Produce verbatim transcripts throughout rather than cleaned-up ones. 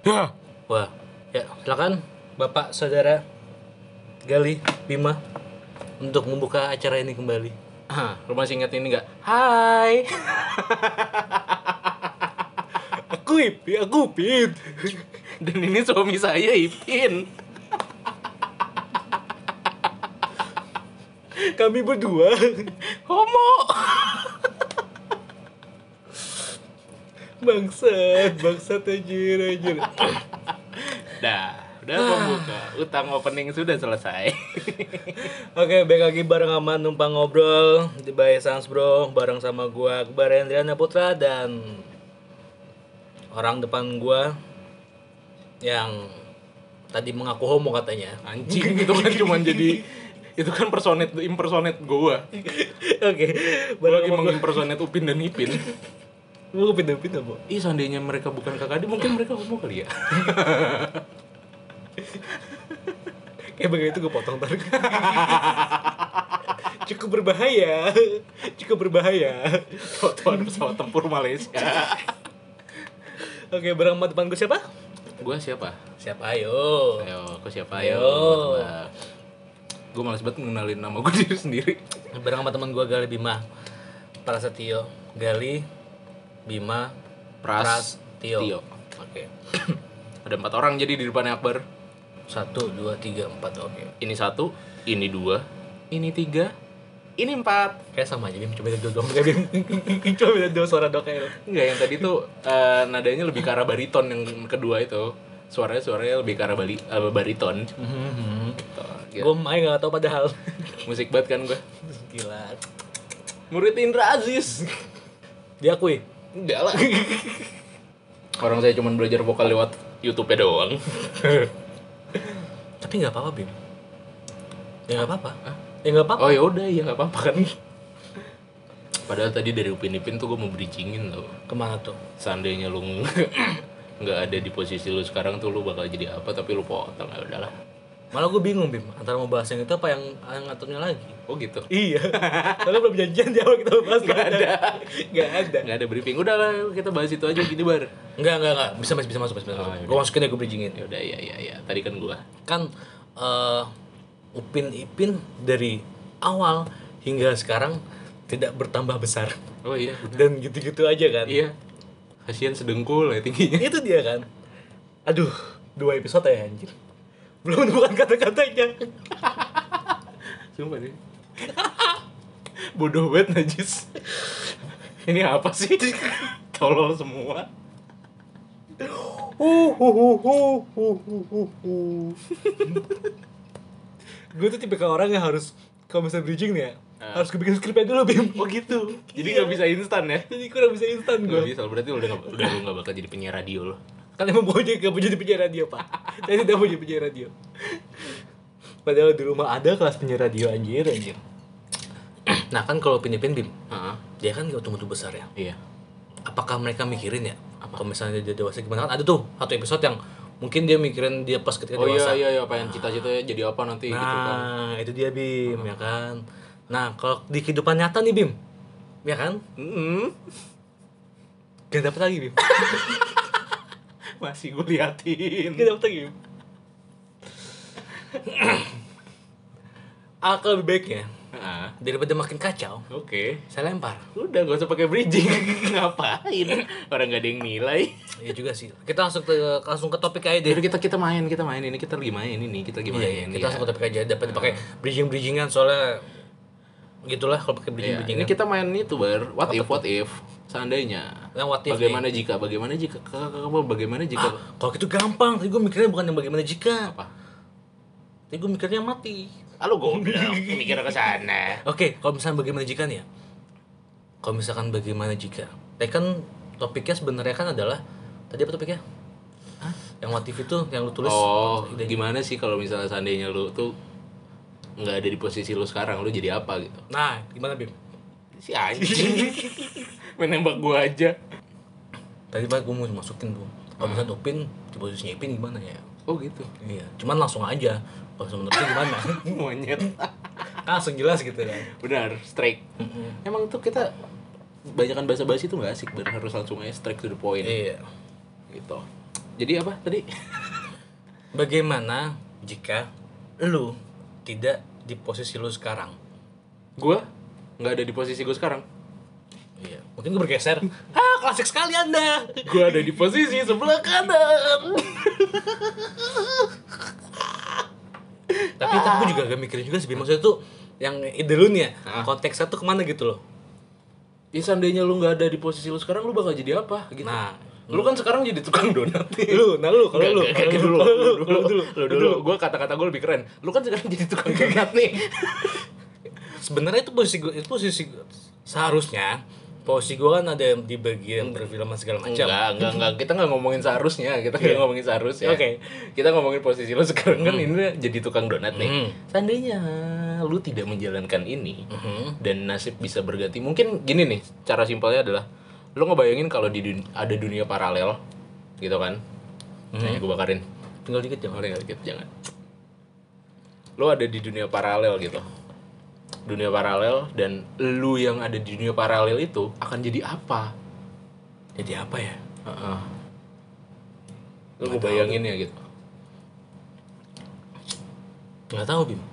Ya. Wah, ya silakan Bapak Saudara Gali Bima untuk membuka acara ini kembali. Ah, lu masih ingat ini nggak? Hai. Aku Ipin, aku Ipin. Dan ini suami saya Ipin. Kami berdua Homo. bangsat, bangsat anjir anjir. Dah, udah pembuka. Utang opening sudah selesai. Oke, balik lagi bareng sama Numpang Ngobrol di Bay Sans Bro, bareng sama gua Akbar Hendriana Putra dan orang depan gua yang tadi mengaku homo katanya. Anjing, itu kan cuma jadi itu kan personate impersonate gua. Oke, Gua bareng lagi sama gua. mengimpersonate Upin dan Ipin. Lu pindah-pindah, Bu. Ih, seandainya mereka bukan kakak adik, mungkin mereka homo kali ya. Kayak begitu itu gue potong ntar. Cukup berbahaya. Cukup berbahaya. Fotoan pesawat tempur Malaysia. Oke, bareng sama depan gue siapa? Gua siapa? Siapa ayo? Ayo, aku siapa Ayo. ayo? Gue malas banget ngenalin nama gue diri sendiri. Bareng sama teman gue Gali Bima Prasetyo. Gali Bima Pras Tio. Tio. Oke. Ada empat orang jadi di depannya Akbar. Satu, dua, tiga, empat. Oke. Ini satu, ini dua, ini tiga, ini empat. Kayak sama aja, Bim. Coba beda dua dong. Kayak Bim. Coba beda dua suara dong kayak lo. Enggak, yang tadi tuh eh, nadanya lebih ke arah bariton. Yang kedua itu suaranya suaranya lebih ke arah bali, uh, bariton. Gitu. Gue main gak tau padahal. Musik banget kan gue. Gila. Murid Indra Aziz. Diakui. Enggak lah. Orang saya cuma belajar vokal lewat YouTube-nya doang. Tapi nggak apa-apa, Bim. Ya nggak apa-apa. Hah? Ya nggak apa-apa. Oh ya udah, ya nggak apa-apa kan. Padahal tadi dari Upin Ipin tuh gue mau bridgingin tuh. Kemana tuh? Seandainya lu nggak ada di posisi lu sekarang tuh lu bakal jadi apa, tapi lu potong. Ya udahlah. Malah gue bingung, Bim. Antara mau bahas yang itu apa yang yang ngaturnya lagi. Oh gitu. Iya. Soalnya belum janjian di awal kita bahas. Nggak ada. Nggak ada. Nggak ada briefing. Udahlah, kita bahas itu aja gini bar. Nggak, nggak, nggak. Bisa masih bisa masuk, bisa masuk. Oh, yaudah. Gue masukin ya, gue bridgingin. Ya udah, ya ya ya. Tadi kan gua. Kan eh, Upin Ipin dari awal hingga sekarang tidak bertambah besar. Oh iya. Benar. Dan gitu-gitu aja kan. Iya. Kasihan sedengkul ya tingginya. Itu dia kan. Aduh, dua episode ya anjir. Belum menemukan kata-katanya. Sumpah deh. Bodoh banget najis. Ini apa sih? Tolol semua. Gue tuh tipe orang yang harus kalau misalnya bridging nih ya, Ah. harus kebikin skripnya dulu, Bim. Oh gitu. Jadi nggak bisa instan ya? Jadi kurang bisa instan Gak gue. bisa, berarti lu udah gak, udah lu gak bakal jadi penyiar radio lo. Kan emang mau jadi gak mau jadi penyiar radio, Pak. Saya tidak mau jadi penyiar radio. Padahal di rumah ada kelas penyiar radio, anjir, anjir. Nah kan kalau Upin Ipin, Bim, Heeh. dia kan gak tumbuh besar ya. Iya. Apakah mereka mikirin ya? Apa kalau misalnya dia dewasa gimana kan ada tuh satu episode yang mungkin dia mikirin dia pas ketika Oh iya dewasa. iya iya, pengen cita-citanya jadi apa nanti Nah, gitu kan. itu dia, Bim, ya kan. Nah, kalau di kehidupan nyata nih, Bim, ya kan? Mm-mm. Gak dapet lagi, Bim. Masih gue liatin. Gak dapet lagi, Bim. Alangkah lebih baiknya Heeh. daripada makin kacau, Oke. saya lempar. Udah gak usah pakai bridging. Ngapain? Orang gak ada yang nilai. Iya juga sih. Kita langsung ke langsung ke topik aja deh. Jadi kita kita main, kita main ini, kita lagi main ini, kita lagi main. Iya, iya, kita ya. langsung ke topik aja dapat dipakai bridging-bridgingan soalnya gitulah kalau pakai Iya, bridging-bridgingan. ini kita main itu bar. What Apa if? tuh? What if? Seandainya. Yang what if Bagaimana jika? Bagaimana jika? Kakak kakak bagaimana jika? Ah, kalau gitu gampang. Tadi gue mikirnya bukan yang bagaimana jika. Apa? Tadi gue mikirnya mati. Halo goblok, mikir ke sana. Oke, kalau misalnya bagaimana jika nih ya? Kalau misalkan bagaimana jika? Tadi kan topiknya sebenarnya kan adalah tadi apa topiknya? Hah? Yang what if itu yang lu tulis. Oh, ide- gimana sih kalau misalnya seandainya lu tuh nggak ada di posisi lu sekarang, lu jadi apa gitu? Nah, gimana, Bim? Si anjing. Menembak gua aja. Tadi Pak gue mau masukin tuh. Kalau misalnya Upin di posisinya Ipin gimana ya? Oh gitu. Iya, cuman langsung aja. Kalau menurut lu gimana? Monyet. Langsung jelas gitu kan. Benar, strike. Mm-mm. Emang tuh kita banyakan bahasa basi tuh nggak asik, bener harus langsung aja straight to the point. Iya. Gitu. Jadi apa tadi? Bagaimana jika lu tidak di posisi lu sekarang? Gue nggak ada di posisi gue sekarang. Iya, mungkin gue bergeser. Ah, klasik sekali Anda. Gue ada di posisi sebelah kanan. Tapi tapi gue juga gak mikirin juga sih, Bim. Maksudnya tuh yang ide lu nih ya, Ah. konteksnya tuh kemana gitu loh. Ya seandainya lu nggak ada di posisi lu sekarang, lu bakal jadi apa? Gitu. Nah, Lu kan sekarang jadi tukang donat nih. lu, nah lu, kalau lu, Nggak, nggak, kalau dulu, lu, dulu, kalau dulu, lu, dulu, dulu. Gue kata-kata gue lebih keren. Lu kan sekarang jadi tukang donat nih. Sebenarnya itu posisi gue, itu posisi gua- seharusnya posisi gue kan ada di bagian perfilman segala macam. Enggak, enggak, enggak. Kita nggak ngomongin seharusnya. Kita nggak Iya. ngomongin seharusnya. Oke. Kita ngomongin posisi lu sekarang kan ini jadi tukang donat nih. Hmm. Seandainya lu tidak menjalankan ini Mhm. dan nasib bisa berganti, mungkin gini nih. Cara simpelnya adalah lu ngebayangin kalau di dun- ada dunia paralel, gitu kan? Nah, gue bakarin. Tinggal dikit ya. Jangan, tinggal dikit, jangan. Lu ada di dunia paralel gitu. Dunia paralel dan lu yang ada di dunia paralel itu akan jadi apa? Jadi apa ya? Heeh. Lu gue bayangin ya gitu. Nggak tahu Bim.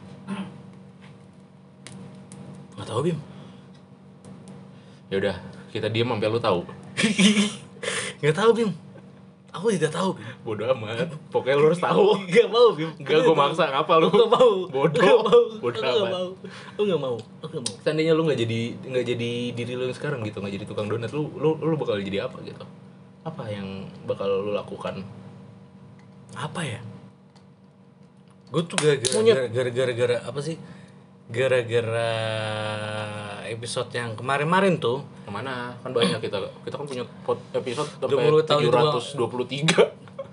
Nggak tahu Bim. Ya udah, kita diam sampai lu tahu. Nggak tahu Bim. Aku tidak tahu Bim. Bodoh amat. Pokoknya lu harus tahu. Nggak mau Bim. Enggak, gue maksa ngapa lu? Aku nggak mau. Bodoh. Aku nggak mau. Bodoh Aku nggak amat. mau. Aku nggak mau. Aku nggak mau. Seandainya lu nggak jadi nggak jadi diri lu yang sekarang gitu, nggak jadi tukang donat, lu lu lu bakal jadi apa gitu? Apa yang bakal lu lakukan? Apa ya? Gue tuh gara-gara Monyet. gara-gara gara-gara apa sih? Gara-gara episode yang kemarin-kemarin tuh. Kemana? Kan banyak kita kita kan punya pot- episode dua puluh tahun sampai itu tujuh ratus dua puluh tiga.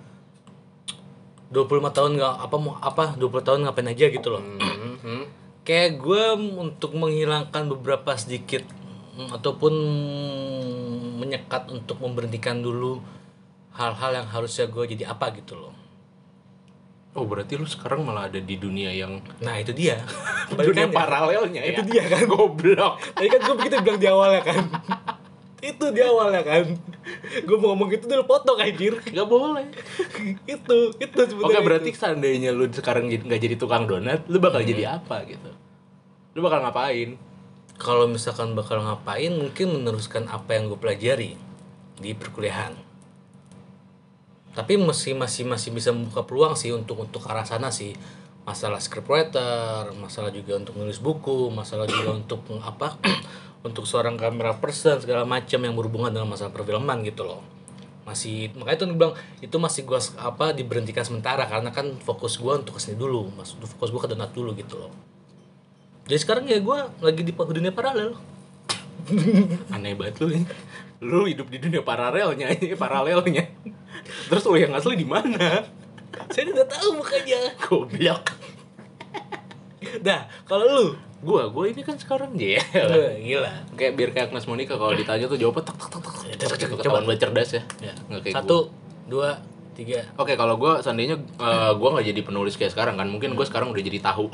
dua puluh lima tahun nggak apa mau apa dua puluh tahun ngapain aja gitu loh. Hmm. Kayak gue untuk menghilangkan beberapa sedikit mm, ataupun menyekat untuk memberhentikan dulu hal-hal yang harusnya gue jadi apa gitu loh. Oh, berarti lu sekarang malah ada di dunia yang Nah itu dia. dunia Balikannya. paralelnya ya. Itu dia kan. Goblok. Tadi kan gue begitu bilang di awalnya kan. Itu di awalnya kan. Gue mau ngomong gitu dulu potong anjir. Gak boleh. itu, itu sebenarnya. Oke, berarti itu. seandainya lu sekarang jadi- nggak jadi tukang donat, lu bakal jadi apa gitu? Lu bakal ngapain? Kalau misalkan bakal ngapain, mungkin meneruskan apa yang gue pelajari di perkuliahan. Tapi masih masih masih bisa membuka peluang sih untuk untuk ke arah sana sih. Masalah scriptwriter, masalah juga untuk nulis buku, masalah juga untuk apa? Untuk seorang kamera person segala macam yang berhubungan dengan masalah perfilman gitu loh. Masih makanya itu bilang itu masih gua apa diberhentikan sementara karena kan fokus gua untuk kesini dulu, mas fokus gua ke donat dulu gitu loh. Jadi sekarang ya gua lagi di dunia paralel. Aneh banget lu. Lu hidup di dunia paralelnya, paralelnya. Terus lu yang asli di mana? Saya tidak tahu makanya. Goblok. Dah, kalau lu, Gua, gua ini kan sekarang ya. Wah, gila. Kayak biar kayak Agnes Monica kalau ditanya tuh jawabnya tak tak tak tak. tak, tak, tak, Ketahuan banget cerdas ya. Ya. Nggak kayak Satu, dua, tiga. gua. Oke, kalau gua seandainya eh, gua nggak jadi penulis kayak sekarang kan, mungkin gua sekarang udah jadi tahu.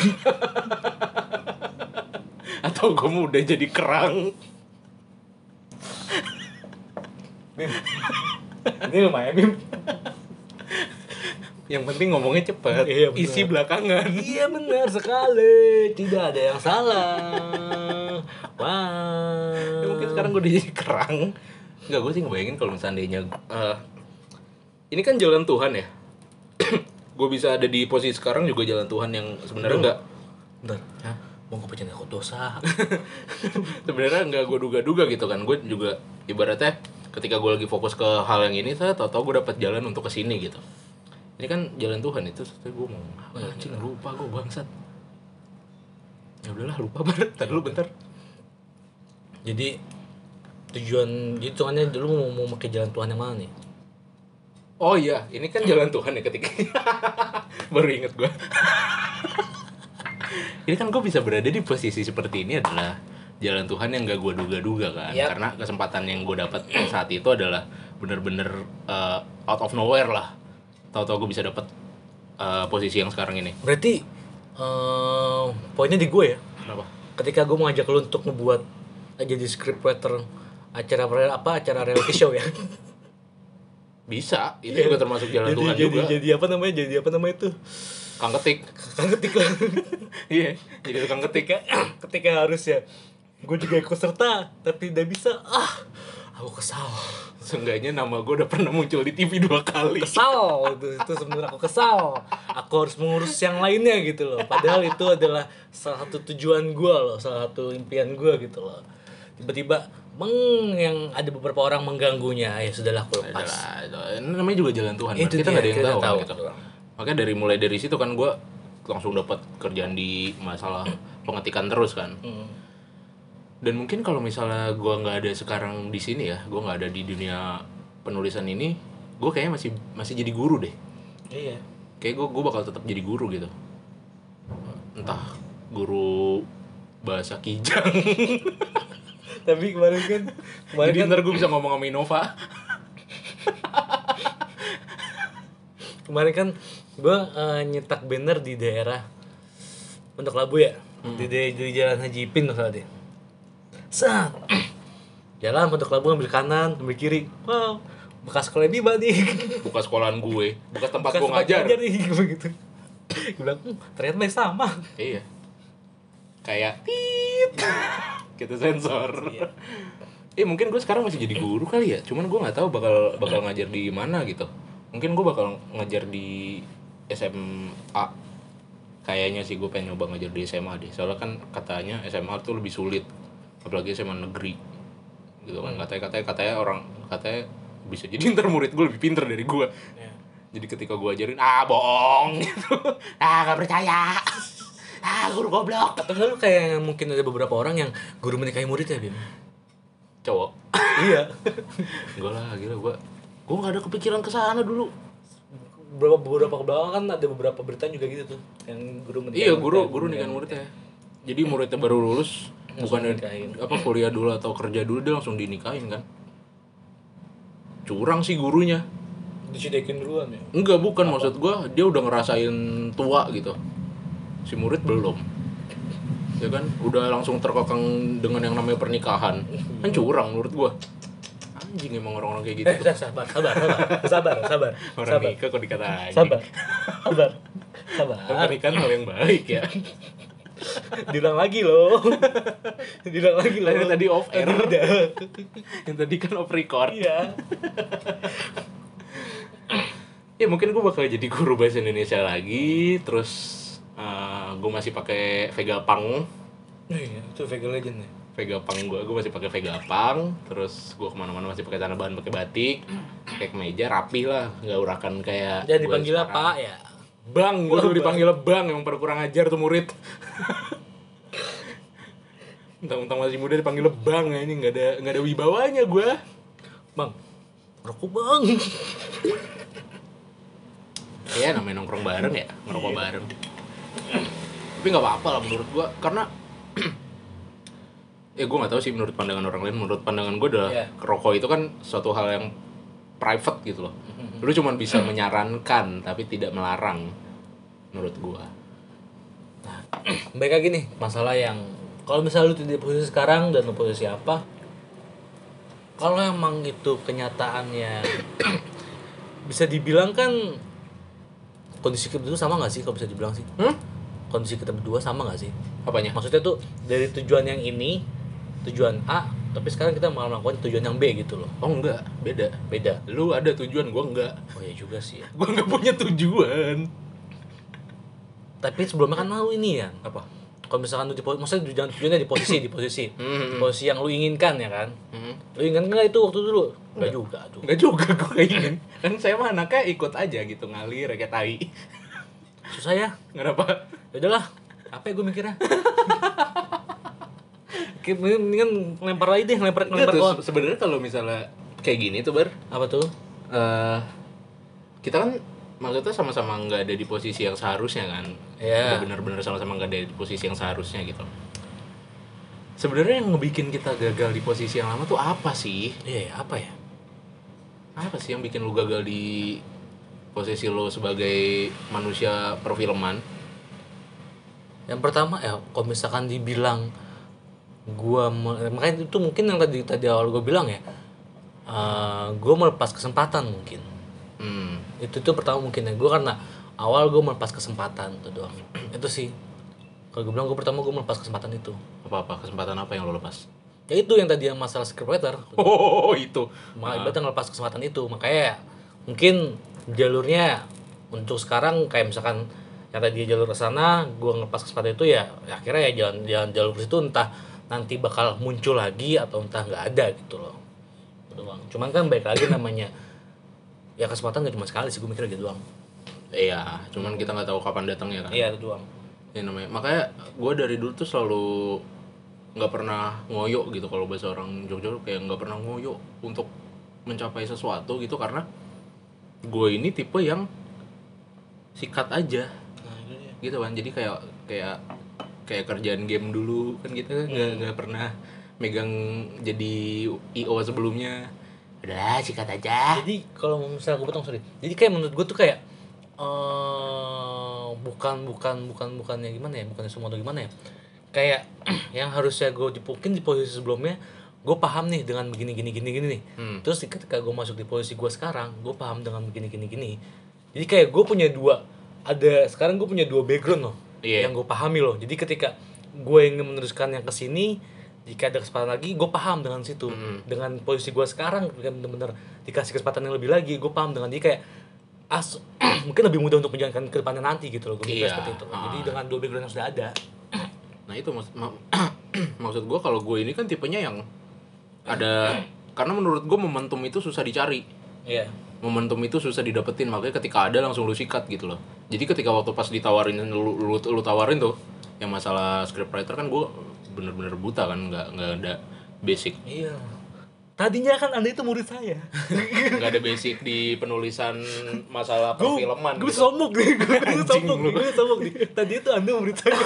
Atau gua mau udah jadi kerang. Bim. Ini lumayan, Bim. Yang penting ngomongnya cepat, Iya, benar. isi belakangan. Iya benar sekali. Tidak ada yang salah. Wah. Ya, mungkin sekarang gue udah jadi kerang. Enggak, gue sih ngebayangin kalau seandainya eh, ini kan jalan Tuhan ya. Gue bisa ada di posisi sekarang juga jalan Tuhan yang sebenarnya enggak Bentar. Mau ke pencet aku dosa. sebenarnya enggak gue duga-duga gitu kan. Gue juga ibaratnya ketika gue lagi fokus ke hal yang ini, saya tahu-tahu gue dapat jalan untuk kesini gitu. Ini kan jalan Tuhan itu, terus gue mau apa anjing lupa gue bangsat. Ya udahlah lupa banget. Tadi dulu bentar. Jadi tujuan jadi tujuannya dulu mau mau pakai jalan Tuhan yang mana nih? Oh iya, ini kan jalan Tuhan ya ketika baru inget gue. Ini kan gue bisa berada di posisi seperti ini adalah jalan Tuhan yang gak gue duga-duga kan. Yap. Karena kesempatan yang gue dapat saat itu adalah bener-bener uh, out of nowhere lah. Tahu-tahu gue bisa dapat uh, posisi yang sekarang ini. Berarti eh poinnya di gue ya. Kenapa? Ketika gue mengajak lu untuk ngebuat jadi scriptwriter acara apa acara reality show ya. Bisa, itu juga termasuk jalan jadi, Tuhan jadi, juga. Jadi apa namanya? Jadi apa namanya itu? Kang ketik. Kang ketik lah. Iya, jadi tukang ketik. Ketika ketika harus ya, gue juga ikut serta tapi tidak bisa. Ah, aku kesal. Seenggaknya nama gue udah pernah muncul di T V dua kali. Kesal itu, itu sebenarnya aku kesal. Aku harus mengurus yang lainnya gitu loh. Padahal itu adalah salah satu tujuan gue loh, salah satu impian gue gitu loh. Tiba-tiba meng yang ada beberapa orang mengganggunya, ya sudahlah aku lepas. Adalah, itu namanya juga jalan Tuhan. Itu Kita dia, nggak ada yang kita tahu, tahu. gitu. Makanya dari mulai dari situ kan gue langsung dapat kerjaan di masalah pengetikan terus kan. Hmm. Dan mungkin kalau misalnya gue nggak ada sekarang di sini ya, gue nggak ada di dunia penulisan ini, gue kayaknya masih masih jadi guru deh. Iya. Kayak gue gue bakal tetap jadi guru gitu. Entah guru bahasa Kijang. Tapi kemarin kan, kemarin Jadi kan, ntar gue bisa ngomong sama Innova. kemarin kan gue uh, nyetak banner di daerah Pondok Labu ya, hmm. di, di, di Jalan Haji Ipin misalnya. Sat, jalan Pondok Labu ambil kanan, ambil kiri. Wow, bekas sekolah Biba nih. Bekas sekolahan gue, bekas tempat Bekas gue ngajar. ngajar nih, begitu. Gue bilang, hm, ternyata masih sama. Iya. Kayak tit. Kita sensor. Iya. Eh mungkin gue sekarang masih jadi guru kali ya. Cuman gue nggak tahu bakal bakal ngajar di mana gitu. Mungkin gue bakal ngajar di S M A. Kayaknya sih gue pengen nyoba ngajar di S M A deh. Soalnya kan katanya S M A tuh lebih sulit. Apalagi S M A negeri. Gitu kan. Katanya katanya katanya orang katanya bisa jadi ntar murid gue lebih pinter dari gue. Ya. Jadi ketika gue ajarin, ah bohong gitu. Ah gak percaya. Ah guru goblok. Atau enggak lu kayak mungkin ada beberapa orang yang guru menikahi murid ya, Bim? Cowok. Iya. Enggak lah, gila gue gue gak ada kepikiran ke sana dulu. Beberapa beberapa ke belakang kan ada beberapa berita juga gitu tuh, yang guru menikahi. Iya, guru guru nikahin muridnya. Jadi muridnya baru lulus, bukan apa kuliah dulu atau kerja dulu, dia langsung dinikahin kan. Curang sih gurunya. Dicedekin duluan ya? Enggak, bukan, maksud gue dia udah ngerasain tua gitu. Si murid belum. Ya kan, udah langsung terkekang dengan yang namanya pernikahan. Kan curang menurut gue. Anjing emang orang-orang kayak gitu. Eh, sabar, sabar, sabar, sabar, sabar. Orang sabar. nikah kok dikata anjing. Sabar, sabar, sabar. Pernikahan hal yang baik ya. Diulang lagi loh. Diulang lagi loh. Yang tadi off air. Tadi udah. Yang tadi kan off record. Iya. Ya mungkin gue bakal jadi guru bahasa Indonesia lagi. Terus uh, gue masih pakai Vega Pang. Iya, itu Vega Legend ya. Vega Pang gue, gue masih pakai Vega Pang. Terus gue kemana-mana masih pakai tanah bahan, pakai batik, pakai kemeja, rapi lah, nggak urakan kayak. Jangan dipanggil Pak ya. Bang, gue tuh dipanggil Bang, emang pada kurang ajar tuh murid. Mentang-mentang masih muda dipanggil Bang, ini nggak ada nggak ada wibawanya gue. Bang, rokok bang. Ya namanya nongkrong bareng ya, ngerokok bareng. Tapi nggak apa-apa lah menurut gue, karena ya gue nggak tahu sih menurut pandangan orang lain. Menurut pandangan gue adalah yeah. Rokok itu kan suatu hal yang private gitu loh. Lu cuma bisa menyarankan tapi tidak melarang menurut gue. Nah, baik lagi nih masalah yang kalau misalnya lu di posisi sekarang dan lu posisi apa, kalau emang itu kenyataannya bisa dibilang kan kondisi kita berdua sama nggak sih, kalau bisa dibilang sih? Hmm? Kondisi kita berdua sama nggak sih? Apanya? Maksudnya tuh dari tujuan yang ini, tujuan A, tapi sekarang kita malah melakukan tujuan yang B gitu loh. Oh enggak, beda. Beda. Lu ada tujuan, gua enggak. Oh ya juga sih ya. Gua enggak punya tujuan. Tapi sebelumnya kan lu ini ya. Apa? Kalau misalkan lu di posisi, maksudnya tujuan tujuannya di posisi, di posisi, di posisi yang lu inginkan ya kan? Lu inginkan nggak itu waktu dulu? Enggak juga tuh. Enggak juga, gua kayak ingin. Kan saya mah anaknya ikut aja gitu, ngalir kayak tai. Susah ya? Kenapa? Ya udahlah. Apa ya gue mikirnya? Mendingan lempar lagi deh, lempar lempar Tuh, pohon. sebenarnya kalau misalnya kayak gini tuh, Bar. Apa tuh? Uh, kita kan maksudnya sama-sama nggak ada di posisi yang seharusnya kan. Iya. Udah benar-benar sama-sama nggak ada di posisi yang seharusnya gitu. Sebenarnya yang ngebikin kita gagal di posisi yang lama tuh apa sih? Iya, apa ya? Apa sih yang bikin lu gagal di posisi lu sebagai manusia perfilman? Yang pertama ya, kalau misalkan dibilang gua me- makanya itu mungkin yang tadi tadi awal gua bilang ya, uh, gua melepas kesempatan mungkin. Hmm. Itu tuh pertama mungkin ya gue karena awal gue melepas kesempatan tuh doang. Itu sih kalau gue bilang gue pertama gue melepas kesempatan itu. Apa-apa kesempatan apa yang lo lepas? Ya itu yang tadi yang masalah scriptwriter. Oh, itu. Malah ibaratnya ngelepas kesempatan itu. Makanya mungkin jalurnya untuk sekarang kayak misalkan yang tadi jalur ke sana, gue ngelepas kesempatan itu ya, ya akhirnya ya jalan jalan jalur ke situ entah nanti bakal muncul lagi atau entah nggak ada gitu loh. Doang. Cuman kan baik lagi namanya ya kesempatan gak cuma sekali sih, gue mikirnya gitu doang. Iya, cuman kita nggak tahu kapan datangnya kan. Iya itu doang. Ya namanya. Makanya gue dari dulu tuh selalu nggak pernah ngoyo gitu, kalau bahasa orang Jogja kayak nggak pernah ngoyo untuk mencapai sesuatu gitu, karena gue ini tipe yang sikat aja gitu kan. Jadi kayak kayak kayak kerjaan game dulu kan gitu kan, nggak nggak pernah megang jadi I O sebelumnya. Udahlah sikat aja. Jadi kalau misalnya gue potong sorry. Jadi kayak menurut gue tuh kayak uh, bukan bukan bukan bukannya gimana ya, bukannya semua atau gimana ya. Kayak yang harusnya gue dipukin di posisi sebelumnya, gue paham nih dengan begini gini gini gini nih. Hmm. Terus ketika gue masuk di posisi gue sekarang, gue paham dengan begini gini gini. Jadi kayak gue punya dua, ada sekarang gue punya dua background loh, yeah. yang gue pahami loh. Jadi ketika gue ingin meneruskan yang kesini, jika ada kesempatan lagi, gue paham dengan situ. Mm-hmm. Dengan posisi gue sekarang, benar-benar dikasih kesempatan yang lebih lagi, gue paham dengan dia kayak as mungkin lebih mudah untuk menjalankan ke depannya nanti gitu loh. Gue mikir seperti itu. Ah. Jadi dengan dua background yang sudah ada. Nah itu maksud maksud gue, kalau gue ini kan tipenya yang ada, karena menurut gue momentum itu susah dicari. Iya. Yeah. Momentum itu susah didapetin, makanya ketika ada langsung lu sikat gitu loh. Jadi ketika waktu pas ditawarin lu, lu, lu tawarin tuh yang masalah scriptwriter kan, gue bener-bener buta kan, nggak nggak ada basic. Iya. Tadinya kan Anda itu murid saya. Nggak ada basic di penulisan masalah perfilman. Gue gitu. Sombong nih, gue sombong, gue sombong nih. Tadi itu Anda murid saya.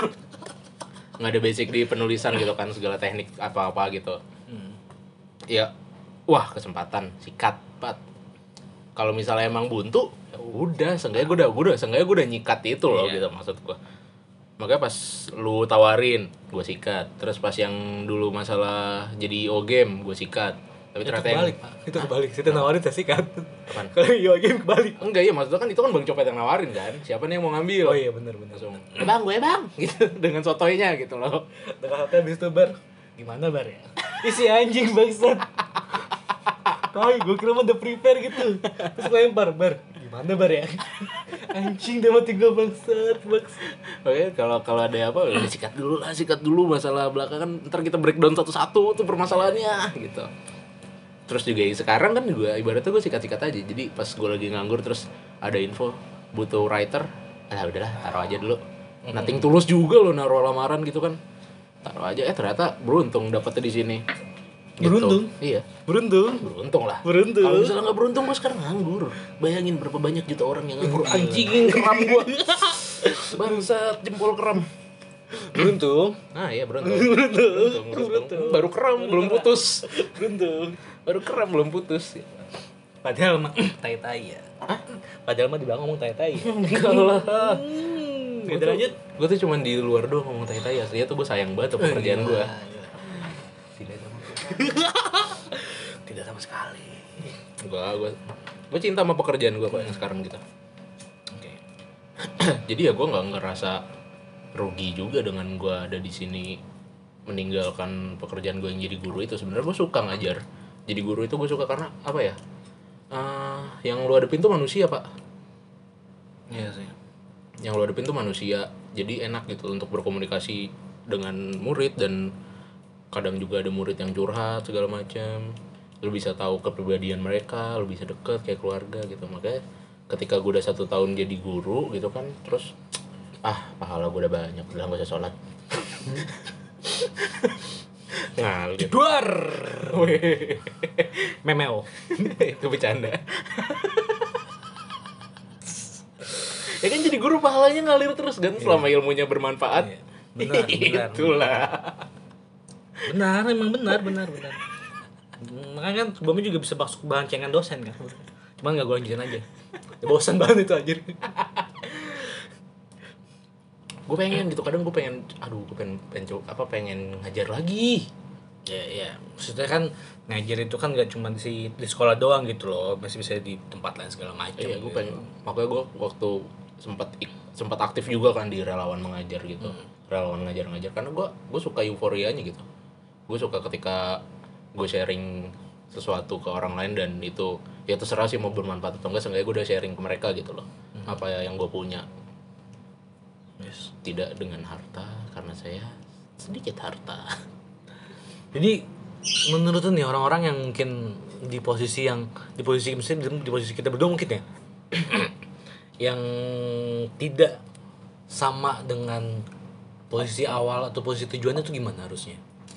Nggak ada basic di penulisan gitu kan, segala teknik apa-apa gitu. Hmm. Ya, wah kesempatan sikat pat. Kalau misalnya emang buntu, ya udah, seenggaknya gue udah, gue udah, seenggaknya gue udah nyikat itu loh, yeah. gitu maksud gue. Makanya pas lu tawarin, gue sikat. Terus pas yang dulu masalah jadi I O game, gue sikat. Tapi ternyata itu kebalik, Pak. Itu kebalik. Kita nawarin, saya sikat. Apaan? Kalau I O game kebalik. Enggak, iya maksudnya kan itu kan Bang Copet yang nawarin kan. Siapa nih yang mau ngambil? Oh iya benar benar. Langsung, "Eh Bang, gue Bang." Gitu dengan sotoynya gitu loh. Dengan hati habis itu bar. Gimana bar ya? Isi anjing bangsat. Kai, gue kira mah udah prepare gitu. Terus lempar, bar. Gimana bar ya? Anjing dia mati gue bangsat, bangsat. Oke, kalau kalau ada apa, udah sikat dulu lah, sikat dulu masalah belakangan. Ntar kita breakdown satu-satu tuh permasalahannya gitu. Terus juga sekarang kan juga ibaratnya gue sikat-sikat aja. Jadi pas gue lagi nganggur terus ada info butuh writer, ah udahlah taruh aja dulu. Mm-hmm. Nothing tulus juga lo naruh lamaran gitu kan. Taruh aja, eh ternyata beruntung dapetnya di sini. Gitu. Beruntung? Iya. Beruntung? Beruntung lah. Beruntung. Kalau misalnya nggak beruntung, gue sekarang nganggur. Bayangin berapa banyak juta orang yang nganggur. Anjing keram gue. Bangsat jempol keram. Beruntung? Ah iya beruntung. Beruntung. Beruntung, beruntung. Beruntung. Baru keram, Baru belum putus. Beruntung. Baru keram, belum putus. Padahal mah tai-tai ya. Hah? Padahal mah di belakang ngomong tai-tai. Enggak lah. Hmm, beda aja. Gue tuh cuma di luar doang ngomong tai-tai. Aslinya tuh gue sayang banget sama pekerjaan gue. Tidak sama Tidak sama sekali. Gue gue gue cinta sama pekerjaan gue kok yang sekarang gitu. Oke. Okay. Jadi ya gue nggak ngerasa rugi juga dengan gue ada di sini meninggalkan pekerjaan gue yang jadi guru itu. Sebenarnya gue suka ngajar. Jadi guru itu gue suka karena apa ya? Uh, yang lu hadepin tuh manusia, Pak. Iya sih. Yang lu hadepin tuh manusia. Jadi enak gitu untuk berkomunikasi dengan murid, dan kadang juga ada murid yang curhat segala macam. Lu bisa tahu kepribadian mereka, lu bisa deket kayak keluarga gitu. Makanya ketika gue udah satu tahun jadi guru gitu kan, terus ah pahala gue udah banyak, udah gak usah sholat. Ngalir. Duar. Memeo. Itu bercanda. Ya kan jadi guru pahalanya ngalir terus kan, selama ilmunya bermanfaat. Iya. Benar, benar. Itulah. Benar, emang benar, benar, benar. Makanya kan sebelumnya juga bisa masuk bahan cengan dosen kan. Cuman gak gue lanjutin aja. Ya, bosan banget itu anjir. Gue pengen gitu, kadang gue pengen, aduh gue pengen, pengen apa pengen ngajar lagi. Ya, ya. Maksudnya kan ngajar itu kan gak cuma di, di sekolah doang gitu loh, masih bisa di tempat lain segala macam. Iya, gue gitu. pengen, makanya gue waktu sempat sempat aktif juga kan di relawan mengajar gitu, hmm. relawan ngajar-ngajar karena gue gue suka euforianya gitu. Gue suka ketika gue sharing sesuatu ke orang lain dan itu ya terserah sih mau bermanfaat atau enggak, seenggaknya gue udah sharing ke mereka gitu loh, hmm. apa ya yang gue punya. Yes. Tidak dengan harta karena saya sedikit harta. Jadi menurut tuh nih orang-orang yang mungkin di posisi yang di posisi misalnya di posisi kita berdua mungkin ya yang tidak sama dengan posisi awal atau posisi tujuannya tuh gimana harusnya?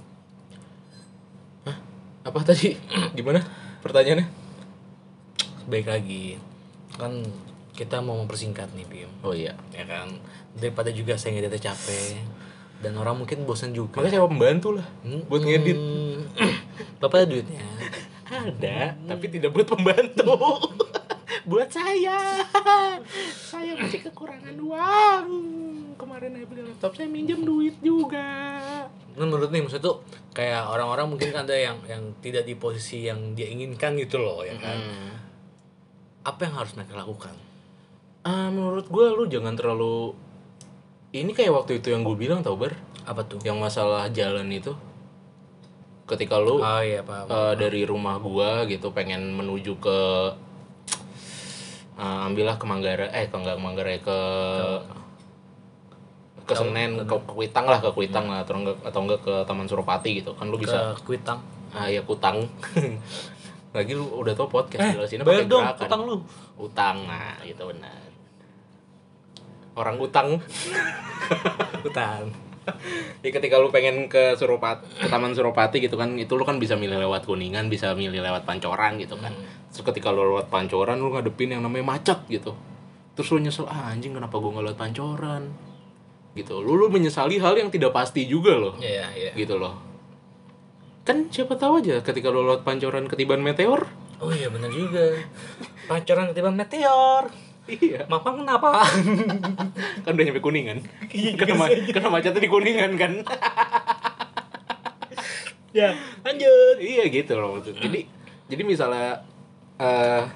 Hah? Apa tadi? Gimana pertanyaannya? Baik lagi kan kita mau mempersingkat nih Bim. Oh iya. Ya kan daripada juga saya ngedit capek dan orang mungkin bosan juga. Makanya saya pembantu lah hmm? buat ngedit. Bapak ada duitnya? Ada, hmm. tapi tidak buat pembantu. Buat saya. Saya masih kekurangan uang. Kemarin saya beli laptop, saya minjem duit juga. Nah, menurut nih maksud tuh kayak orang-orang mungkin kan ada yang yang tidak di posisi yang dia inginkan gitu loh ya kan. Hmm. Apa yang harus mereka lakukan? Uh, menurut gue lu jangan terlalu ini kayak waktu itu yang gue bilang tau Bar. Apa tuh? Yang masalah jalan itu. Ketika lu oh, iya, paham, uh, paham. dari rumah gue gitu pengen menuju ke uh, ambillah ke Manggarai, eh ke enggak Manggarai ke ke, ke Senen, ke, ke Kuitang lah, ke Kuitang hmm. lah atau enggak atau enggak ke Taman Suropati gitu. Kan lu bisa ke Kuitang. Ah ya Kutang. Lagi lu udah tau podcast eh, jelasinnya pakai gerakan. Utang lu. Utang, nah gitu benar. Orang utang. Utang. Ya ketika lu pengen ke Suropati, ke Taman Suropati gitu kan, itu lu kan bisa milih lewat Kuningan, bisa milih lewat Pancoran gitu kan. Hmm. Terus ketika lu lewat Pancoran lu ngadepin yang namanya macet gitu. Terus lu nyesel, ah anjing kenapa gua enggak lewat Pancoran? Gitu. Lu lu menyesali hal yang tidak pasti juga loh. Iya, yeah, iya. Yeah. Gitu loh. Kan siapa tahu aja ketika lu lewat Pancoran ketiban meteor. Oh iya benar juga. Pancoran ketiban meteor. Iya. Mama kenapa? Kan udah nyampe Kuningan. Kena, ma- kena macetnya di Kuningan kan. Ya, lanjut. Iya gitu loh maksudnya. Jadi jadi misalnya uh,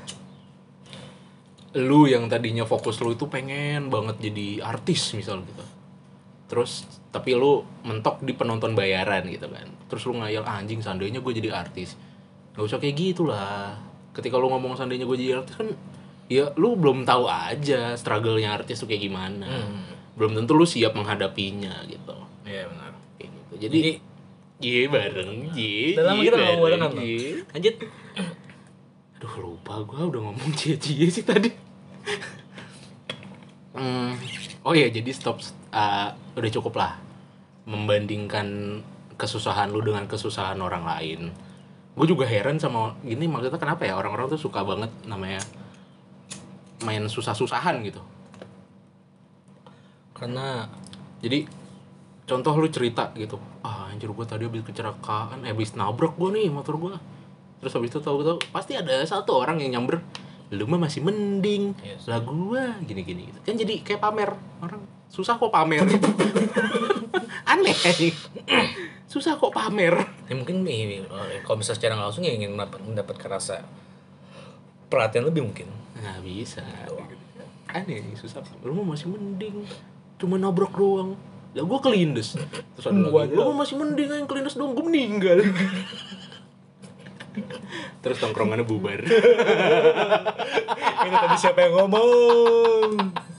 lu yang tadinya fokus lu itu pengen banget jadi artis misal gitu. Terus tapi lu mentok di penonton bayaran gitu kan. Terus lu ngayal ah, anjing seandainya gue jadi artis. Gak usah kayak gitulah. Ketika lu ngomong seandainya gue jadi artis kan ya lu belum tahu aja struggle-nya artis tuh kayak gimana. Hmm. Belum tentu lu siap menghadapinya gitu. Iya benar. Kayak gitu. Jadi iya bareng, iya. Dalam kita ngomong bareng apa? Lanjut. Aduh lupa gua udah ngomong cie-cie sih tadi. hmm. Oh iya jadi stop uh, udah cukup lah membandingkan kesusahan lu dengan kesusahan orang lain. Gue juga heran sama gini maksudnya kenapa ya orang-orang tuh suka banget namanya main susah-susahan gitu. Karena jadi contoh lu cerita gitu, ah anjir gue tadi habis kecelakaan, eh, habis nabrak gue nih motor gue. Terus habis itu tahu-tahu pasti ada satu orang yang nyamber, lu mah masih mending, yes. Lah gue gini-gini gitu. Kan jadi kayak pamer orang, susah kok pamer. Aneh nih. Susah kok pamer. Ya mungkin nih kalau misalnya secara langsung ya ingin mendapatkan rasa perhatian lebih mungkin. Nggak bisa. Aneh susah. Lu mah masih mending, cuma nabrak doang. Lah gue kelindes. Terus ada lagi, lu mah masih mending yang kelindes doang, gue meninggal. Terus tongkrongannya bubar. Ini tadi siapa yang ngomong?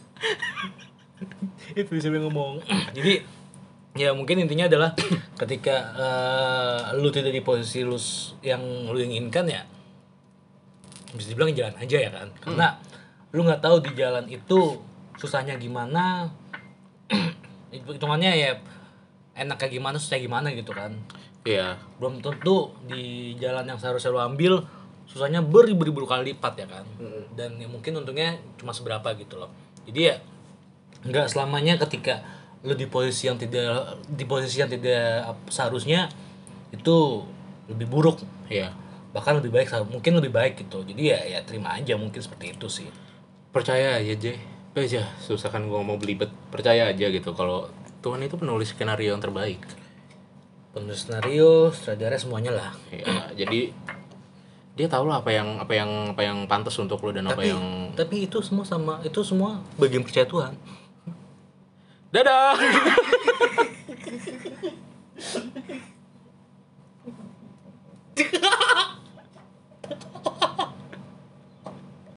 Itu siapa yang ngomong? Jadi ya mungkin intinya adalah ketika uh, lu tidak di posisi lu yang lu inginkan ya bisa dibilang jalan aja ya kan, karena hmm. lu nggak tahu di jalan itu susahnya gimana, hitungannya ya enaknya gimana susahnya gimana gitu kan. Iya. Yeah. Belum tentu di jalan yang seharusnya lu ambil susahnya beribu-ribu kali lipat ya kan. Hmm. Dan ya mungkin untungnya cuma seberapa gitu loh. Jadi ya nggak selamanya ketika lu di posisi yang tidak di posisi yang tidak seharusnya itu lebih buruk. Iya. Bahkan lebih baik, mungkin lebih baik gitu. Jadi ya ya terima aja mungkin seperti itu sih. Percaya aja Jay. Aja susah kan gua mau belibet. Percaya aja gitu kalau Tuhan itu penulis skenario yang terbaik. penulis skenario, sutradara, semuanya lah. Ya, jadi dia tahu lah apa yang apa yang apa yang pantas untuk lo dan apa Tapi yang tapi itu semua sama itu semua bagian percaya Tuhan. dadah.